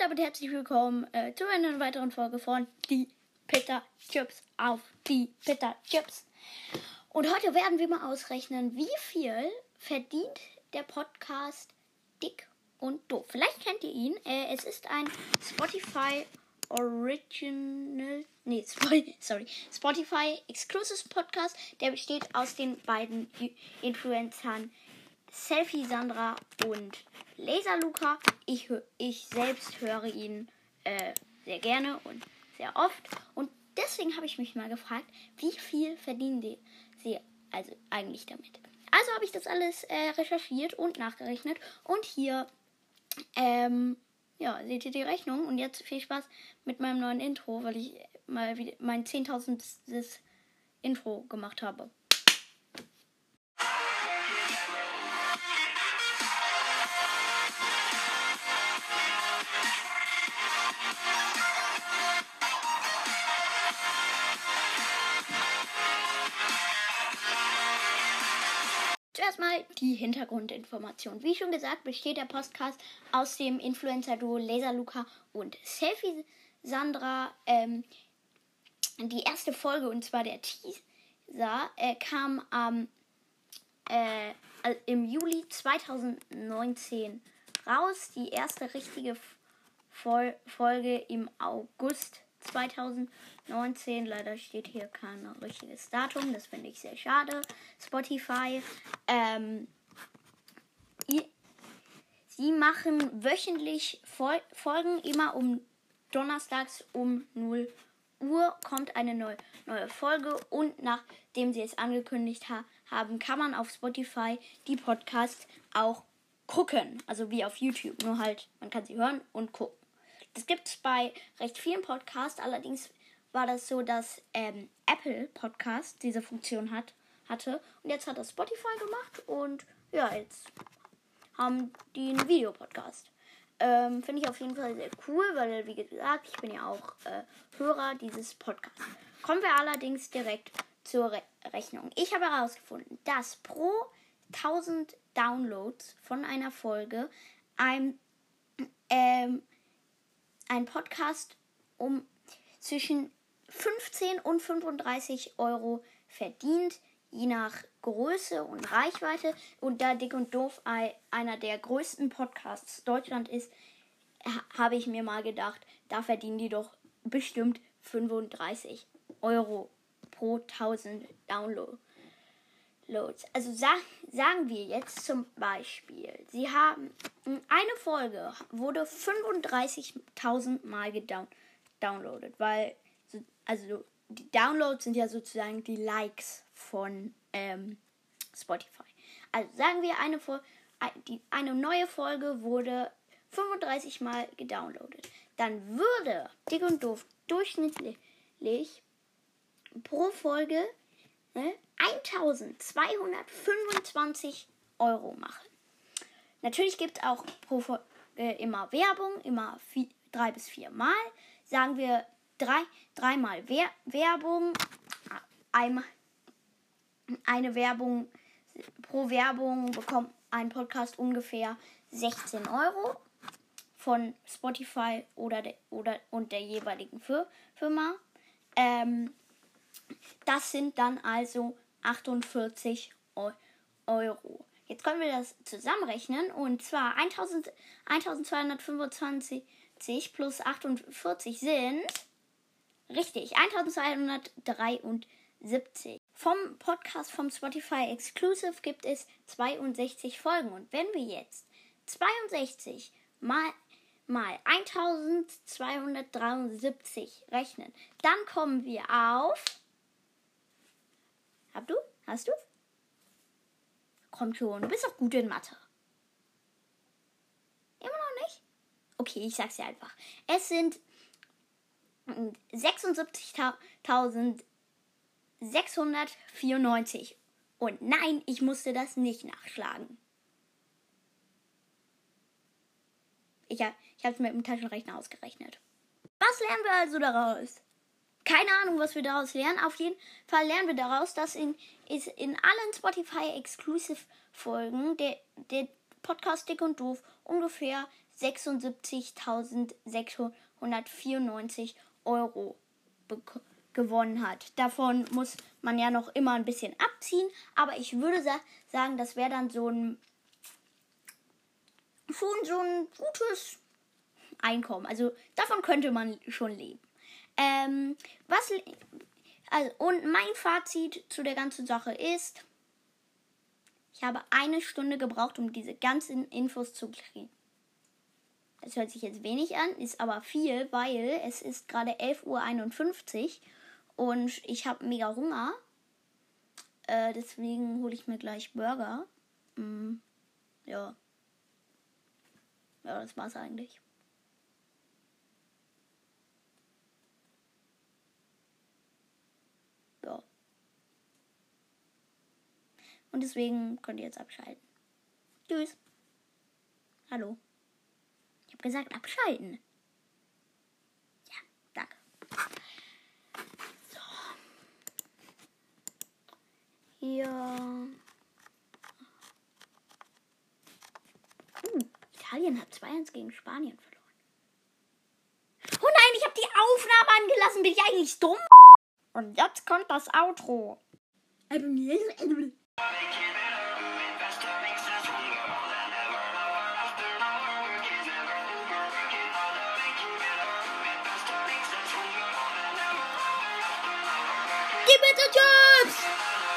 damit herzlich willkommen zu einer weiteren Folge von Die Peter Chips auf Die Peter Chips. Und heute werden wir mal ausrechnen, wie viel verdient der Podcast Dick und Doof. Vielleicht kennt ihr ihn. Es ist ein Spotify Spotify Exclusive Podcast. Der besteht aus den beiden Influencern Selfie Sandra und Laser Luca. Ich selbst höre ihn sehr gerne und sehr oft. Und deswegen habe ich mich mal gefragt, wie viel verdienen sie also eigentlich damit. Also habe ich das alles recherchiert und nachgerechnet. Und hier seht ihr die Rechnung. Und jetzt viel Spaß mit meinem neuen Intro, weil ich mal wieder mein 10.000. Intro gemacht habe. Zuerst mal die Hintergrundinformation. Wie schon gesagt, besteht der Podcast aus dem Influencer-Duo Laser Luca und Selfie Sandra. Die erste Folge, und zwar der Teaser, kam im Juli 2019 raus. Die erste richtige Folge im August 2019. Leider steht hier kein richtiges Datum. Das finde ich sehr schade. Spotify. Sie machen wöchentlich Folgen. Immer donnerstags um 0 Uhr kommt eine neue Folge. Und nachdem sie es angekündigt haben, kann man auf Spotify die Podcasts auch gucken. Also wie auf YouTube. Nur halt, man kann sie hören und gucken. Das gibt es bei recht vielen Podcasts. Allerdings war das so, dass Apple Podcast diese Funktion hatte. Und jetzt hat das Spotify gemacht. Und ja, jetzt haben die einen Videopodcast. Finde ich auf jeden Fall sehr cool, weil, wie gesagt, ich bin ja auch Hörer dieses Podcasts. Kommen wir allerdings direkt zur Rechnung. Ich habe herausgefunden, dass pro 1000 Downloads von einer Folge ein Podcast um zwischen 15 und 35 Euro verdient, je nach Größe und Reichweite. Und da Dick und Doof einer der größten Podcasts Deutschland ist, habe ich mir mal gedacht, da verdienen die doch bestimmt 35 Euro pro 1000 Downloads. Also sagen wir jetzt zum Beispiel, sie haben eine Folge wurde 35.000 Mal gedownloadet, weil also die Downloads sind ja sozusagen die Likes von Spotify. Also sagen wir eine neue Folge wurde 35 Mal gedownloadet, dann würde Dick und Doof durchschnittlich pro Folge 1.225 Euro machen. Natürlich gibt es auch pro Folge immer Werbung, immer 3 bis 4 Mal. Sagen wir 3 Mal Werbung. Eine Werbung, pro Werbung bekommt ein Podcast ungefähr 16 Euro von Spotify und der jeweiligen Firma. Das sind dann also 48 Euro. Jetzt können wir das zusammenrechnen, und zwar 1.225 plus 48 sind, richtig, 1.273. Vom Podcast vom Spotify Exclusive gibt es 62 Folgen. Und wenn wir jetzt 62 mal 1.273 rechnen, dann kommen wir auf... Hast du? Komm schon, du bist doch gut in Mathe. Immer noch nicht? Okay, ich sag's dir einfach. Es sind 76.694. Und nein, ich musste das nicht nachschlagen. Ich habe es mit dem Taschenrechner ausgerechnet. Was lernen wir also daraus? Keine Ahnung, was wir daraus lernen. Auf jeden Fall lernen wir daraus, dass in allen Spotify Exclusive Folgen der Podcast Dick und Doof ungefähr 76.694 Euro gewonnen hat. Davon muss man ja noch immer ein bisschen abziehen, aber ich würde sagen, das wäre dann schon so ein gutes Einkommen. Also davon könnte man schon leben. Und mein Fazit zu der ganzen Sache ist, ich habe 1 Stunde gebraucht, um diese ganzen Infos zu kriegen. Das hört sich jetzt wenig an, ist aber viel, weil es ist gerade 11:51 Uhr und ich habe mega Hunger. Deswegen hole ich mir gleich Burger. Ja. Ja, das war's eigentlich. Ja. Und deswegen könnt ihr jetzt abschalten. Tschüss. Hallo. Ich habe gesagt abschalten. Ja, danke. So. Hier. Italien hat 2-1 gegen Spanien verloren. Oh nein, ich habe die Aufnahme angelassen. Bin ich eigentlich dumm? Und jetzt kommt das Outro. Gib mir die Chips!